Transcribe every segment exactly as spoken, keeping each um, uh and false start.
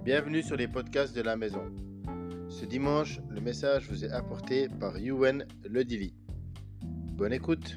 Bienvenue sur les podcasts de la maison. Ce dimanche, le message vous est apporté par Youen Ledili. Bonne écoute.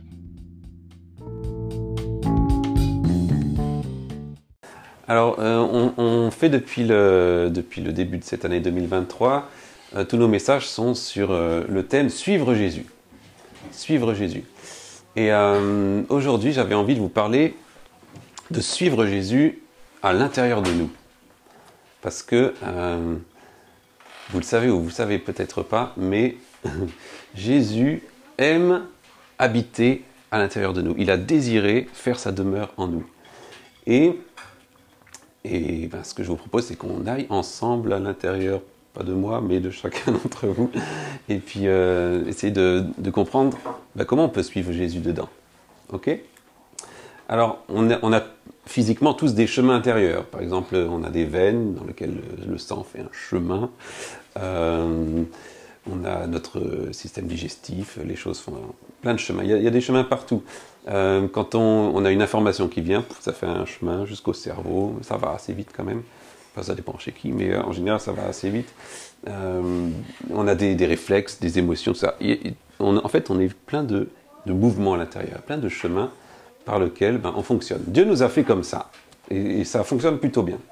Alors, euh, on, on fait depuis le, depuis le début de cette année deux mille vingt-trois, euh, tous nos messages sont sur euh, le thème « Suivre Jésus ». Suivre Jésus. Et euh, aujourd'hui, j'avais envie de vous parler de suivre Jésus à l'intérieur de nous. Parce que, euh, vous le savez ou vous ne le savez peut-être pas, mais Jésus aime habiter à l'intérieur de nous. Il a désiré faire sa demeure en nous. Et, et ben, ce que je vous propose, c'est qu'on aille ensemble à l'intérieur, pas de moi, mais de chacun d'entre vous, et puis euh, essayer de, de comprendre ben, comment on peut suivre Jésus dedans. Ok ? Alors, on a, on a physiquement tous des chemins intérieurs. Par exemple, on a des veines dans lesquelles le, le sang fait un chemin. Euh, on a notre système digestif, les choses font plein de chemins. Il y a, il y a des chemins partout. Euh, quand on, on a une information qui vient, ça fait un chemin jusqu'au cerveau. Ça va assez vite quand même. Enfin, ça dépend chez qui, mais en général, ça va assez vite. Euh, on a des, des réflexes, des émotions, tout ça. Et, on, en fait, on est plein de, de mouvements à l'intérieur, plein de chemins par lequel ben, on fonctionne. Dieu nous a fait comme ça, et, et ça fonctionne plutôt bien.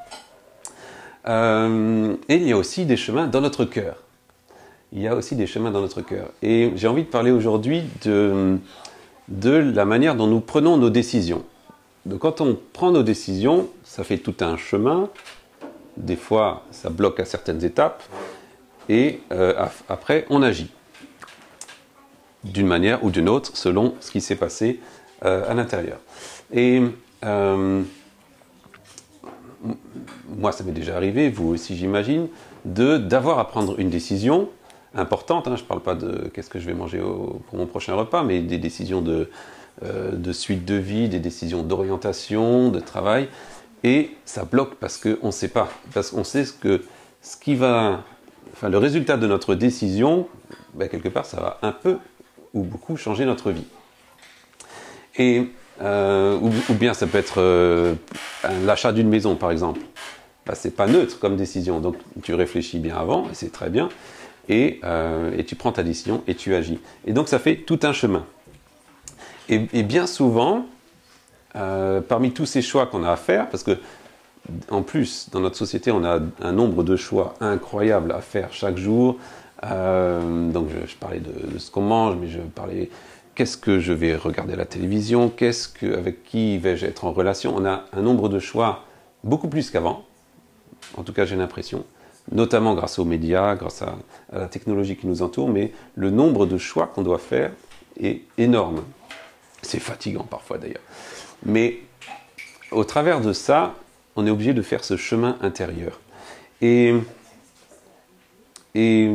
Euh, et il y a aussi des chemins dans notre cœur. Il y a aussi des chemins dans notre cœur. Et j'ai envie de parler aujourd'hui de, de la manière dont nous prenons nos décisions. Donc quand on prend nos décisions, ça fait tout un chemin. Des fois, ça bloque à certaines étapes. Et euh, après, on agit. D'une manière ou d'une autre, selon ce qui s'est passé Euh, à l'intérieur. Et euh, moi, ça m'est déjà arrivé, vous aussi j'imagine, de d'avoir à prendre une décision importante. Hein, je ne parle pas de qu'est-ce que je vais manger au, pour mon prochain repas, mais des décisions de, euh, de suite de vie, des décisions d'orientation, de travail. Et ça bloque parce qu'on ne sait pas. Parce qu'on sait ce que ce qui va, enfin, le résultat de notre décision, ben, quelque part, ça va un peu ou beaucoup changer notre vie. Et, euh, ou, ou bien ça peut être euh, l'achat d'une maison par exemple. Ben, c'est pas neutre comme décision, donc tu réfléchis bien avant, et c'est très bien, et, euh, et tu prends ta décision et tu agis. Et donc ça fait tout un chemin. Et, et bien souvent, euh, parmi tous ces choix qu'on a à faire, parce que en plus dans notre société on a un nombre de choix incroyables à faire chaque jour, euh, donc je, je parlais de, de ce qu'on mange, mais je parlais qu'est-ce que je vais regarder à la télévision, qu'est-ce que, avec qui vais-je être en relation. On a un nombre de choix beaucoup plus qu'avant, en tout cas j'ai l'impression, notamment grâce aux médias, grâce à, à la technologie qui nous entoure, mais le nombre de choix qu'on doit faire est énorme. C'est fatigant parfois d'ailleurs. Mais au travers de ça, on est obligé de faire ce chemin intérieur. Et, et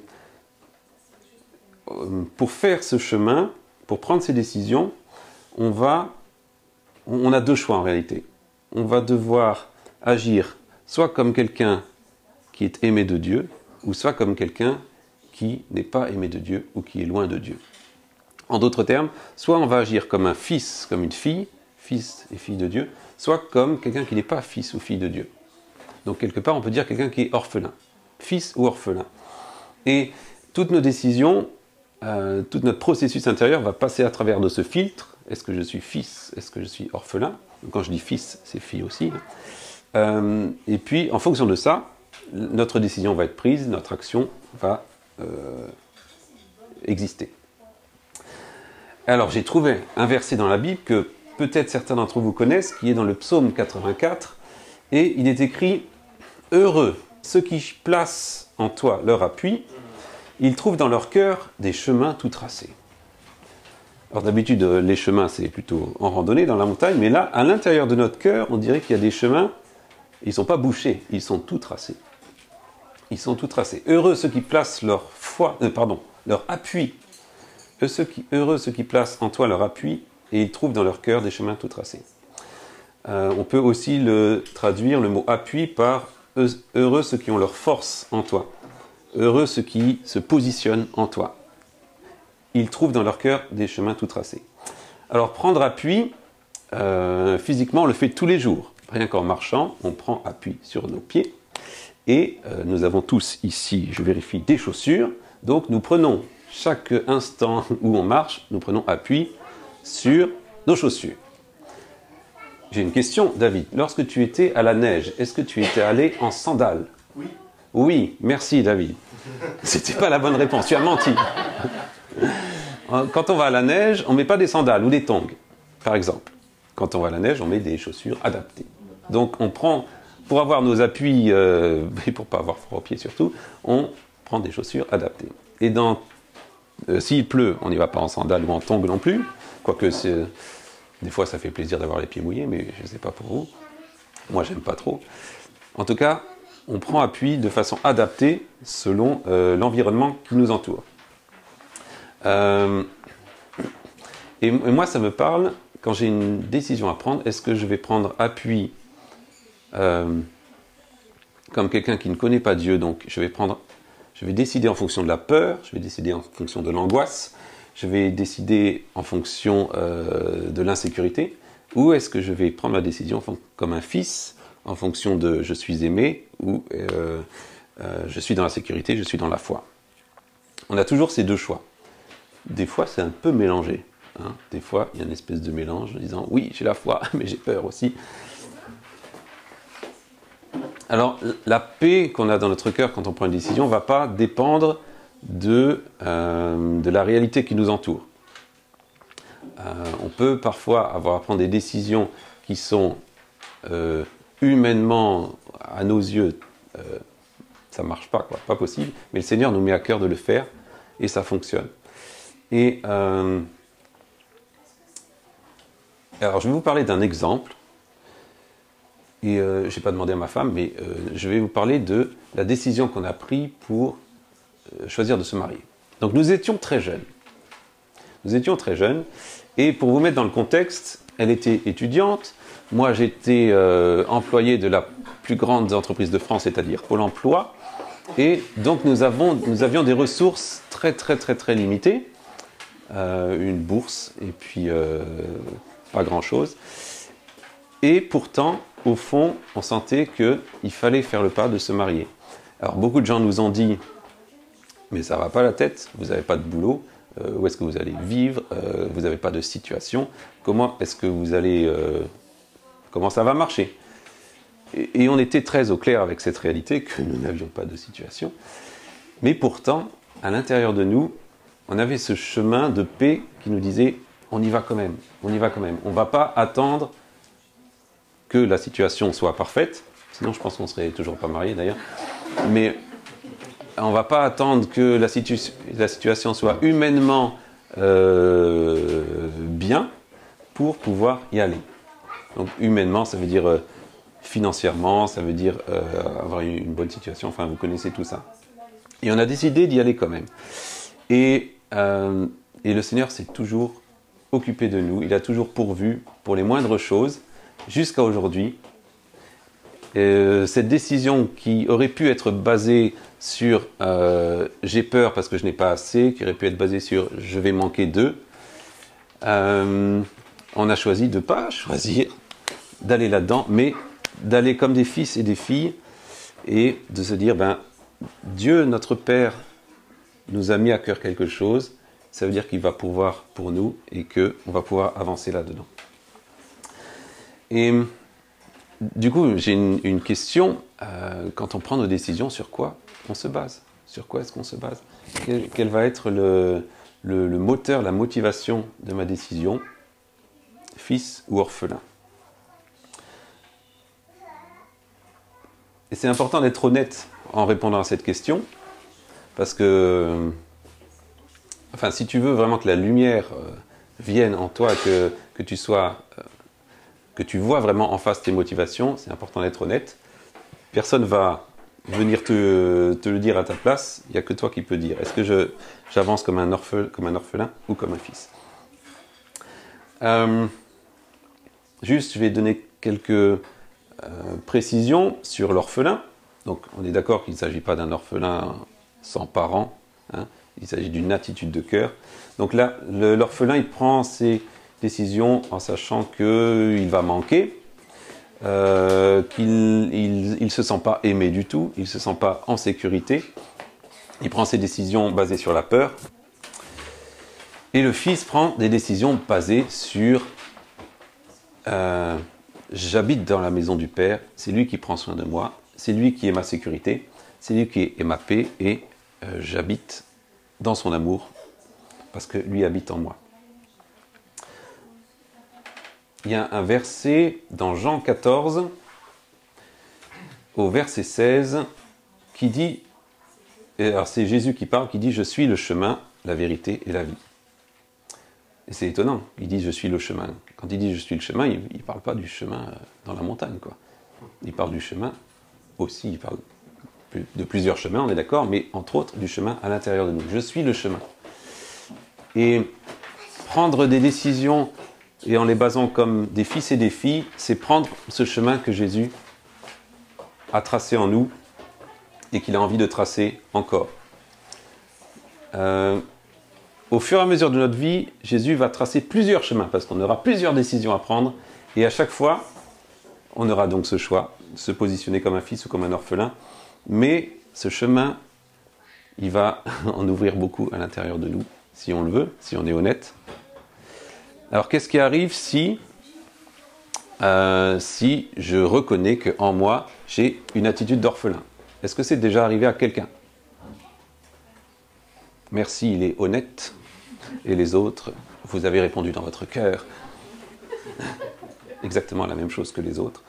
pour faire ce chemin, pour prendre ces décisions, on, va, on a deux choix en réalité. On va devoir agir soit comme quelqu'un qui est aimé de Dieu, ou soit comme quelqu'un qui n'est pas aimé de Dieu ou qui est loin de Dieu. En d'autres termes, soit on va agir comme un fils, comme une fille, fils et fille de Dieu, soit comme quelqu'un qui n'est pas fils ou fille de Dieu. Donc quelque part, on peut dire quelqu'un qui est orphelin, fils ou orphelin. Et toutes nos décisions, Euh, tout notre processus intérieur va passer à travers de ce filtre. Est-ce que je suis fils? Est-ce que je suis orphelin? Donc, quand je dis fils, c'est fille aussi. Euh, et puis, en fonction de ça, notre décision va être prise, notre action va euh, exister. Alors, j'ai trouvé un verset dans la Bible que peut-être certains d'entre vous connaissent, qui est dans le psaume quatre-vingt-quatre, et il est écrit « Heureux ceux qui placent en toi leur appui, ils trouvent dans leur cœur des chemins tout tracés. » Alors d'habitude, les chemins, c'est plutôt en randonnée, dans la montagne, mais là, à l'intérieur de notre cœur, on dirait qu'il y a des chemins, ils ne sont pas bouchés, ils sont tout tracés. Ils sont tout tracés. Heureux ceux qui placent leur foi, euh, pardon, leur appui. Heureux ceux, qui, heureux ceux qui placent en toi leur appui, et ils trouvent dans leur cœur des chemins tout tracés. Euh, on peut aussi le traduire, le mot appui, par heureux ceux qui ont leur force en toi. Heureux ceux qui se positionnent en toi. Ils trouvent dans leur cœur des chemins tout tracés. Alors prendre appui, euh, physiquement on le fait tous les jours. Rien qu'en marchant, on prend appui sur nos pieds. Et euh, nous avons tous ici, je vérifie, des chaussures. Donc nous prenons, chaque instant où on marche, nous prenons appui sur nos chaussures. J'ai une question, David. Lorsque tu étais à la neige, est-ce que tu étais allé en sandales? Oui. Oui, merci David. C'était pas la bonne réponse, tu as menti. Quand on va à la neige, on ne met pas des sandales ou des tongs, par exemple. Quand on va à la neige, on met des chaussures adaptées. Donc on prend, pour avoir nos appuis, euh, et pour ne pas avoir froid aux pieds surtout, on prend des chaussures adaptées. Et dans, euh, s'il pleut, on n'y va pas en sandales ou en tongs non plus, quoique c'est, des fois ça fait plaisir d'avoir les pieds mouillés, mais je ne sais pas pour vous. Moi, j'aime pas trop. En tout cas, on prend appui de façon adaptée selon euh, l'environnement qui nous entoure. Euh, et, et moi, ça me parle, quand j'ai une décision à prendre, est-ce que je vais prendre appui euh, comme quelqu'un qui ne connaît pas Dieu, donc je vais, prendre, je vais décider en fonction de la peur, je vais décider en fonction de l'angoisse, je vais décider en fonction euh, de l'insécurité, ou est-ce que je vais prendre ma décision comme un fils, en fonction de je suis aimé ou euh, euh, je suis dans la sécurité, je suis dans la foi. On a toujours ces deux choix. Des fois, c'est un peu mélangé. Hein. Des fois, il y a une espèce de mélange en disant oui, j'ai la foi, mais j'ai peur aussi. Alors, la paix qu'on a dans notre cœur quand on prend une décision ne va pas dépendre de, euh, de la réalité qui nous entoure. Euh, on peut parfois avoir à prendre des décisions qui sont euh, humainement, à nos yeux, euh, ça ne marche pas, quoi, pas possible, mais le Seigneur nous met à cœur de le faire, et ça fonctionne. Et euh, alors, je vais vous parler d'un exemple, et euh, je n'ai pas demandé à ma femme, mais euh, je vais vous parler de la décision qu'on a prise pour euh, choisir de se marier. Donc, nous étions très jeunes. Nous étions très jeunes, et pour vous mettre dans le contexte, elle était étudiante. Moi, j'étais euh, employé de la plus grande entreprise de France, c'est-à-dire Pôle emploi. Et donc, nous, avons, nous avions des ressources très, très, très, très limitées. Euh, une bourse, et puis euh, pas grand-chose. Et pourtant, au fond, on sentait qu'il fallait faire le pas de se marier. Alors, beaucoup de gens nous ont dit « Mais ça ne va pas la tête, vous n'avez pas de boulot, euh, où est-ce que vous allez vivre, euh, vous n'avez pas de situation, comment est-ce que vous allez... Euh, comment ça va marcher ?» et, et on était très au clair avec cette réalité que nous n'avions pas de situation. Mais pourtant, à l'intérieur de nous, on avait ce chemin de paix qui nous disait « on y va quand même, on y va quand même. On ne va pas attendre que la situation soit parfaite, sinon je pense qu'on ne serait toujours pas mariés d'ailleurs, mais on ne va pas attendre que la, situ la situation soit humainement euh, bien pour pouvoir y aller. Donc humainement, ça veut dire euh, financièrement, ça veut dire euh, avoir une, une bonne situation, enfin vous connaissez tout ça. Et on a décidé d'y aller quand même. Et, euh, et le Seigneur s'est toujours occupé de nous, il a toujours pourvu pour les moindres choses, jusqu'à aujourd'hui. Euh, cette décision qui aurait pu être basée sur euh, « j'ai peur parce que je n'ai pas assez », qui aurait pu être basée sur « je vais manquer d'eux euh, », on a choisi de ne pas choisir d'aller là-dedans, mais d'aller comme des fils et des filles et de se dire ben, « Dieu, notre Père, nous a mis à cœur quelque chose, ça veut dire qu'il va pourvoir pour nous et qu'on va pouvoir avancer là-dedans. » Et du coup, j'ai une, une question. Euh, quand on prend nos décisions, sur quoi on se base? Sur quoi est-ce qu'on se base? quel, quel va être le, le, le moteur, la motivation de ma décision? Fils ou orphelin? Et c'est important d'être honnête en répondant à cette question, parce que, enfin, si tu veux vraiment que la lumière euh, vienne en toi, que, que tu sois... Euh, que tu vois vraiment en face tes motivations, c'est important d'être honnête. Personne ne va venir te, te le dire à ta place, il n'y a que toi qui peux dire. Est-ce que j'avance comme, comme un orphelin ou comme un fils? euh, Juste, je vais donner quelques euh, précisions sur l'orphelin. Donc, on est d'accord qu'il ne s'agit pas d'un orphelin sans parents, hein. Il s'agit d'une attitude de cœur. Donc là, l'orphelin, il prend ses décision en sachant qu'il va manquer. euh, qu'il ne se sent pas aimé du tout, il ne se sent pas en sécurité, il prend ses décisions basées sur la peur, et le Fils prend des décisions basées sur euh, j'habite dans la maison du Père, c'est lui qui prend soin de moi, c'est lui qui est ma sécurité, c'est lui qui est ma paix, et euh, j'habite dans son amour, parce que lui habite en moi. Il y a un verset dans Jean quatorze, au verset seize, qui dit, alors c'est Jésus qui parle, qui dit « Je suis le chemin, la vérité et la vie ». Et c'est étonnant, il dit « Je suis le chemin ». Quand il dit « Je suis le chemin », il ne parle pas du chemin dans la montagne, quoi. Il parle du chemin aussi, il parle de plusieurs chemins, on est d'accord, mais entre autres du chemin à l'intérieur de nous. Je suis le chemin. Et prendre des décisions, et en les basant comme des fils et des filles, c'est prendre ce chemin que Jésus a tracé en nous, et qu'il a envie de tracer encore. Euh, au fur et à mesure de notre vie, Jésus va tracer plusieurs chemins, parce qu'on aura plusieurs décisions à prendre, et à chaque fois, on aura donc ce choix, se positionner comme un fils ou comme un orphelin, mais ce chemin, il va en ouvrir beaucoup à l'intérieur de nous, si on le veut, si on est honnête. Alors qu'est-ce qui arrive si, euh, si je reconnais qu'en moi, j'ai une attitude d'orphelin? Est-ce que c'est déjà arrivé à quelqu'un? Merci, il est honnête. Et les autres, vous avez répondu dans votre cœur. Exactement la même chose que les autres.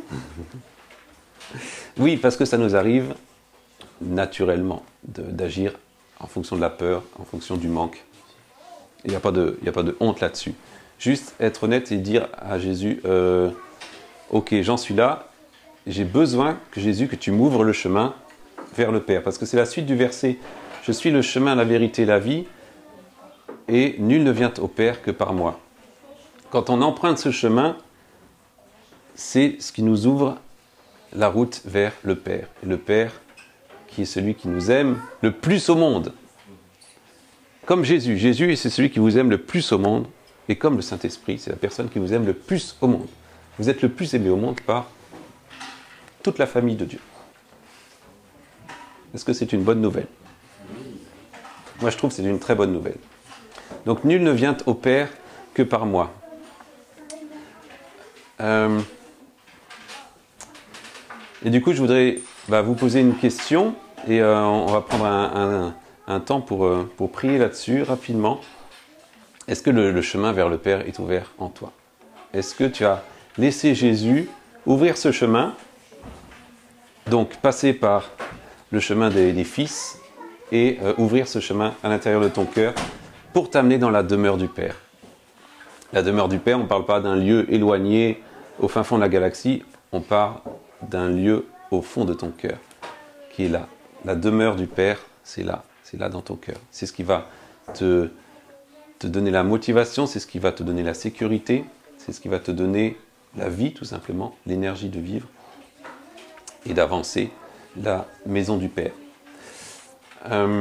Oui, parce que ça nous arrive naturellement d'agir en fonction de la peur, en fonction du manque. Il n'y a pas de, il n'y a pas de honte là-dessus. Juste être honnête et dire à Jésus, euh, ok, j'en suis là, j'ai besoin que Jésus, que tu m'ouvres le chemin vers le Père. Parce que c'est la suite du verset. Je suis le chemin, la vérité, la vie, et nul ne vient au Père que par moi. Quand on emprunte ce chemin, c'est ce qui nous ouvre la route vers le Père. Et le Père qui est celui qui nous aime le plus au monde. Comme Jésus. Jésus, c'est celui qui vous aime le plus au monde. Et comme le Saint-Esprit, c'est la personne qui vous aime le plus au monde. Vous êtes le plus aimé au monde par toute la famille de Dieu. Est-ce que c'est une bonne nouvelle? Moi, je trouve que c'est une très bonne nouvelle. Donc, nul ne vient au Père que par moi. Euh, et du coup, je voudrais bah, vous poser une question et euh, on va prendre un, un, un temps pour, euh, pour prier là-dessus rapidement. Est-ce que le, le chemin vers le Père est ouvert en toi? Est-ce que tu as laissé Jésus ouvrir ce chemin, donc passer par le chemin des, des fils et euh, ouvrir ce chemin à l'intérieur de ton cœur pour t'amener dans la demeure du Père? La demeure du Père, on ne parle pas d'un lieu éloigné au fin fond de la galaxie, on parle d'un lieu au fond de ton cœur, qui est là. La demeure du Père, c'est là, c'est là dans ton cœur. C'est ce qui va te, te donner la motivation, c'est ce qui va te donner la sécurité, c'est ce qui va te donner la vie tout simplement, l'énergie de vivre et d'avancer, la maison du Père. Euh,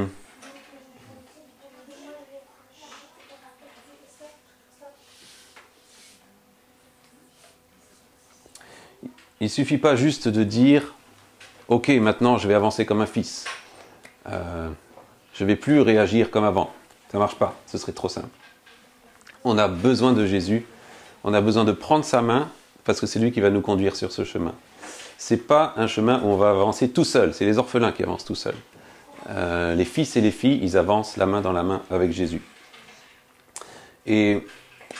Il ne suffit pas juste de dire « Ok, maintenant je vais avancer comme un fils. Euh, je ne vais plus réagir comme avant. » Ça ne marche pas, ce serait trop simple. On a besoin de Jésus, on a besoin de prendre sa main parce que c'est lui qui va nous conduire sur ce chemin. Ce n'est pas un chemin où on va avancer tout seul, c'est les orphelins qui avancent tout seuls. Euh, les fils et les filles, ils avancent la main dans la main avec Jésus. Et...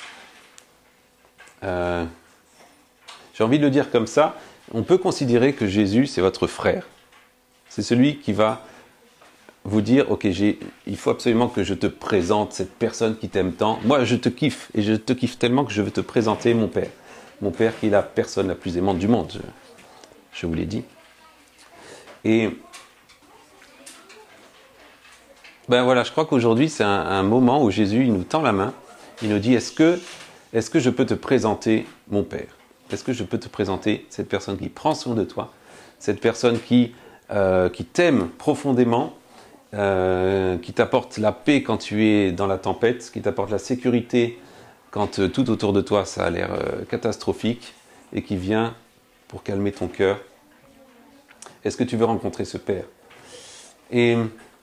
Euh, J'ai envie de le dire comme ça, on peut considérer que Jésus, c'est votre frère. C'est celui qui va vous dire, ok, j'ai, il faut absolument que je te présente cette personne qui t'aime tant. Moi, je te kiffe, et je te kiffe tellement que je veux te présenter mon Père. Mon Père qui est la personne la plus aimante du monde, je, je vous l'ai dit. Et ben voilà, je crois qu'aujourd'hui, c'est un, un moment où Jésus, il nous tend la main, il nous dit, est-ce que, est-ce que je peux te présenter mon Père ? Est-ce que je peux te présenter cette personne qui prend soin de toi, cette personne qui, euh, qui t'aime profondément, euh, qui t'apporte la paix quand tu es dans la tempête, qui t'apporte la sécurité quand euh, tout autour de toi ça a l'air euh, catastrophique et qui vient pour calmer ton cœur. Est-ce que tu veux rencontrer ce Père? Et,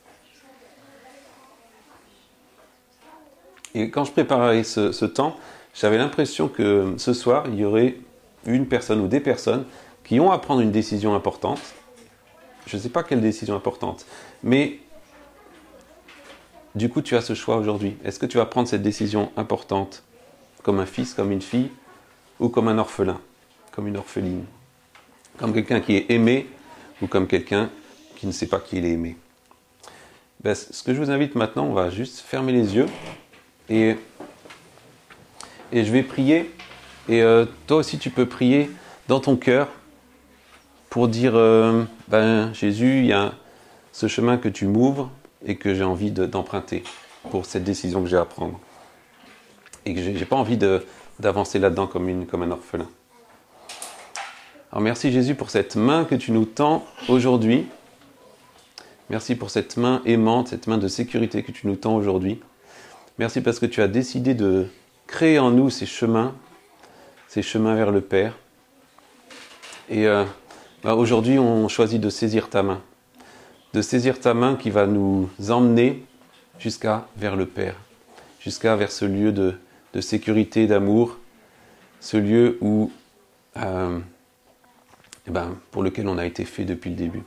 et quand je préparais ce, ce temps, j'avais l'impression que ce soir, il y aurait une personne ou des personnes qui ont à prendre une décision importante. Je ne sais pas quelle décision importante, mais du coup, tu as ce choix aujourd'hui. Est-ce que tu vas prendre cette décision importante comme un fils, comme une fille, ou comme un orphelin, comme une orpheline, comme quelqu'un qui est aimé, ou comme quelqu'un qui ne sait pas qu'il est aimé? Ben, ce que je vous invite maintenant, on va juste fermer les yeux et, et je vais prier. Et euh, toi aussi, tu peux prier dans ton cœur pour dire euh, ben, Jésus, il y a ce chemin que tu m'ouvres et que j'ai envie de, d'emprunter pour cette décision que j'ai à prendre. Et que j'ai, j'ai pas envie de, d'avancer là-dedans comme, une, comme un orphelin. Alors merci Jésus pour cette main que tu nous tends aujourd'hui. Merci pour cette main aimante, cette main de sécurité que tu nous tends aujourd'hui. Merci parce que tu as décidé de créer en nous ces chemins, ces chemins vers le Père. Et euh, bah aujourd'hui, on choisit de saisir ta main. De saisir ta main qui va nous emmener jusqu'à vers le Père. Jusqu'à vers ce lieu de, de sécurité, d'amour. Ce lieu où, euh, eh ben, pour lequel on a été fait depuis le début.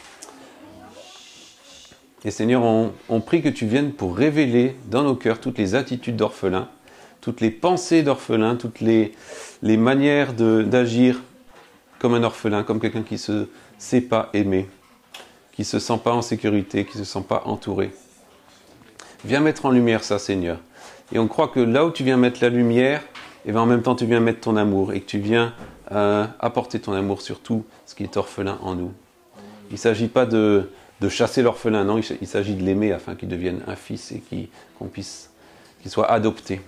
Et Seigneur, on, on prie que tu viennes pour révéler dans nos cœurs toutes les attitudes d'orphelins, toutes les pensées d'orphelins, toutes les, les manières de, d'agir comme un orphelin, comme quelqu'un qui ne se sait pas aimer, qui ne se sent pas en sécurité, qui ne se sent pas entouré. Viens mettre en lumière ça, Seigneur. Et on croit que là où tu viens mettre la lumière, et bien en même temps tu viens mettre ton amour, et que tu viens euh, apporter ton amour sur tout ce qui est orphelin en nous. Il ne s'agit pas de... de chasser l'orphelin, non, il s'agit de l'aimer afin qu'il devienne un fils et qu'il, qu'on puisse, qu'il soit adopté.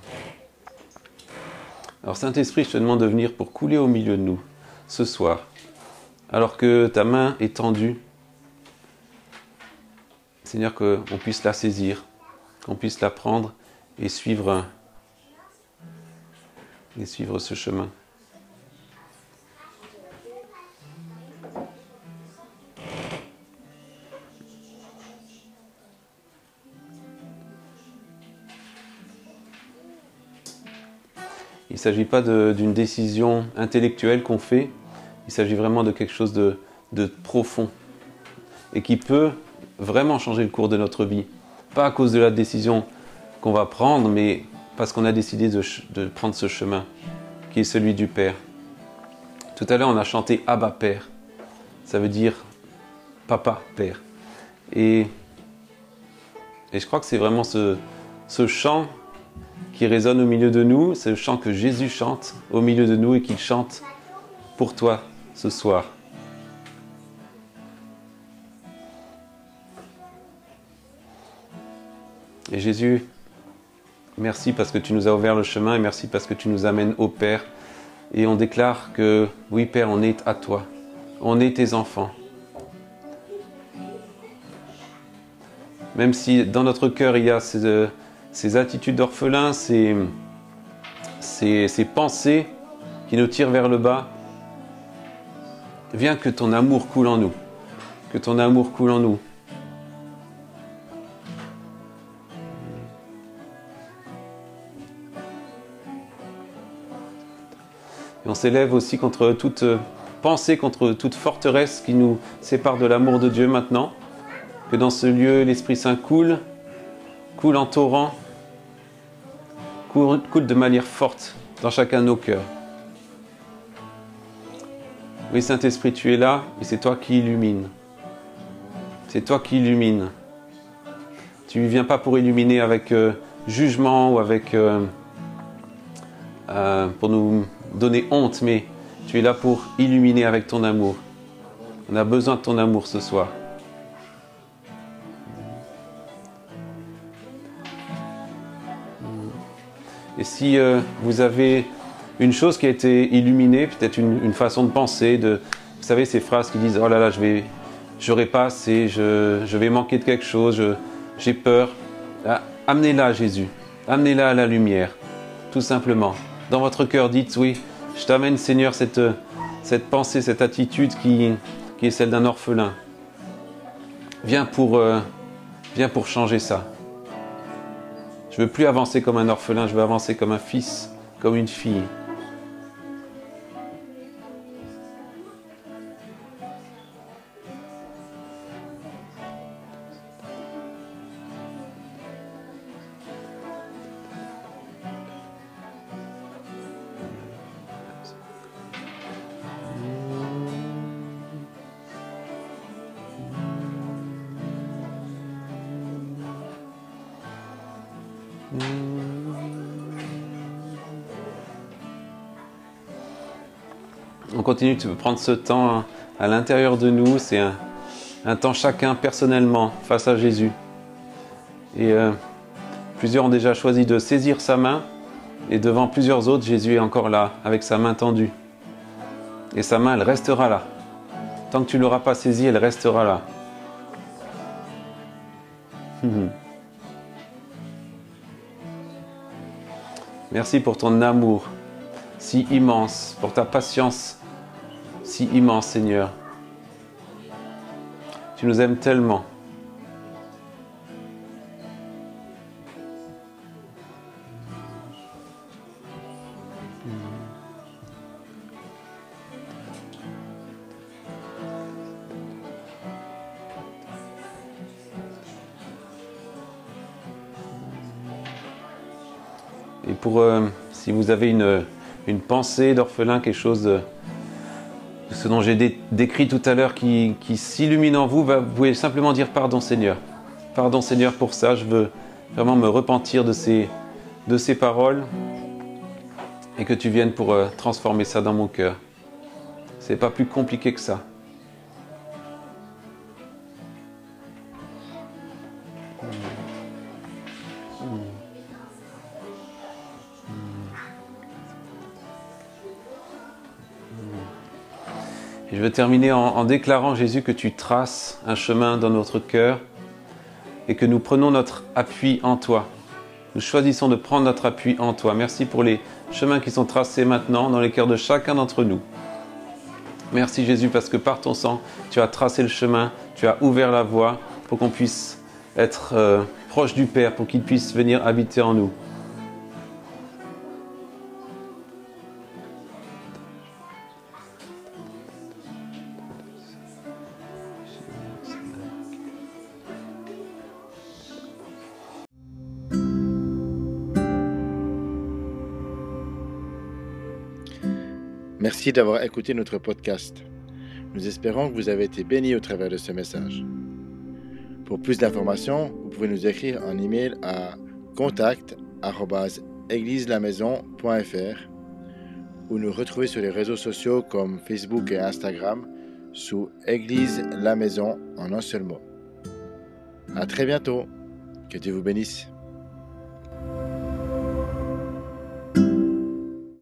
Alors Saint-Esprit, je te demande de venir pour couler au milieu de nous, ce soir, alors que ta main est tendue. Seigneur, qu'on puisse la saisir, qu'on puisse la prendre et suivre, et suivre ce chemin. Il ne s'agit pas de, d'une décision intellectuelle qu'on fait, il s'agit vraiment de quelque chose de, de profond et qui peut vraiment changer le cours de notre vie. Pas à cause de la décision qu'on va prendre, mais parce qu'on a décidé de, de prendre ce chemin qui est celui du Père. Tout à l'heure, on a chanté Abba Père. Ça veut dire Papa Père. Et, et je crois que c'est vraiment ce, ce chant qui résonne au milieu de nous, c'est le chant que Jésus chante au milieu de nous et qu'il chante pour toi ce soir. Et Jésus, merci parce que tu nous as ouvert le chemin et merci parce que tu nous amènes au Père. Et on déclare que, oui Père, on est à toi, on est tes enfants. Même si dans notre cœur il y a ces... ces attitudes d'orphelin, ces, ces, ces pensées qui nous tirent vers le bas, viens que ton amour coule en nous, que ton amour coule en nous. Et on s'élève aussi contre toute pensée, contre toute forteresse qui nous sépare de l'amour de Dieu maintenant, que dans ce lieu l'Esprit Saint coule, coule en torrent, coule, coule de manière forte dans chacun de nos cœurs. Oui, Saint-Esprit, tu es là et c'est toi qui illumines. C'est toi qui illumines. Tu ne viens pas pour illuminer avec euh, jugement ou avec euh, euh, pour nous donner honte, mais tu es là pour illuminer avec ton amour. On a besoin de ton amour ce soir. Et si euh, vous avez une chose qui a été illuminée, peut-être une, une façon de penser, de, vous savez ces phrases qui disent « Oh là là, je vais, j'aurai pas assez, je, je vais manquer de quelque chose, je, j'ai peur. » Ah, amenez-la à Jésus, amenez-la à la lumière, tout simplement. Dans votre cœur, dites « Oui, je t'amène Seigneur cette, cette pensée, cette attitude qui, qui est celle d'un orphelin. Viens pour, euh, viens pour changer ça. Je ne veux plus avancer comme un orphelin, je veux avancer comme un fils, comme une fille. On continue de prendre ce temps à l'intérieur de nous, c'est un, un temps chacun personnellement face à Jésus. Et euh, plusieurs ont déjà choisi de saisir sa main, et devant plusieurs autres, Jésus est encore là, avec sa main tendue. Et sa main, elle restera là. Tant que tu ne l'auras pas saisie, elle restera là. Hum. Merci pour ton amour si immense, pour ta patience si immense, Seigneur. Tu nous aimes tellement. Et pour, euh, si vous avez une, une pensée d'orphelin, quelque chose de, de ce dont j'ai dé, décrit tout à l'heure qui, qui s'illumine en vous, vous pouvez simplement dire pardon Seigneur. Pardon Seigneur pour ça, je veux vraiment me repentir de ces, de ces paroles et que tu viennes pour euh, transformer ça dans mon cœur. C'est pas plus compliqué que ça. Et je veux terminer en, en déclarant, Jésus, que tu traces un chemin dans notre cœur et que nous prenons notre appui en toi. Nous choisissons de prendre notre appui en toi. Merci pour les chemins qui sont tracés maintenant dans les cœurs de chacun d'entre nous. Merci Jésus parce que par ton sang, tu as tracé le chemin, tu as ouvert la voie pour qu'on puisse être euh, proche du Père, pour qu'il puisse venir habiter en nous. Merci d'avoir écouté notre podcast. Nous espérons que vous avez été bénis au travers de ce message. Pour plus d'informations, vous pouvez nous écrire un email à contact arobase église la maison point f r ou nous retrouver sur les réseaux sociaux comme Facebook et Instagram sous Église la Maison en un seul mot. À très bientôt. Que Dieu vous bénisse.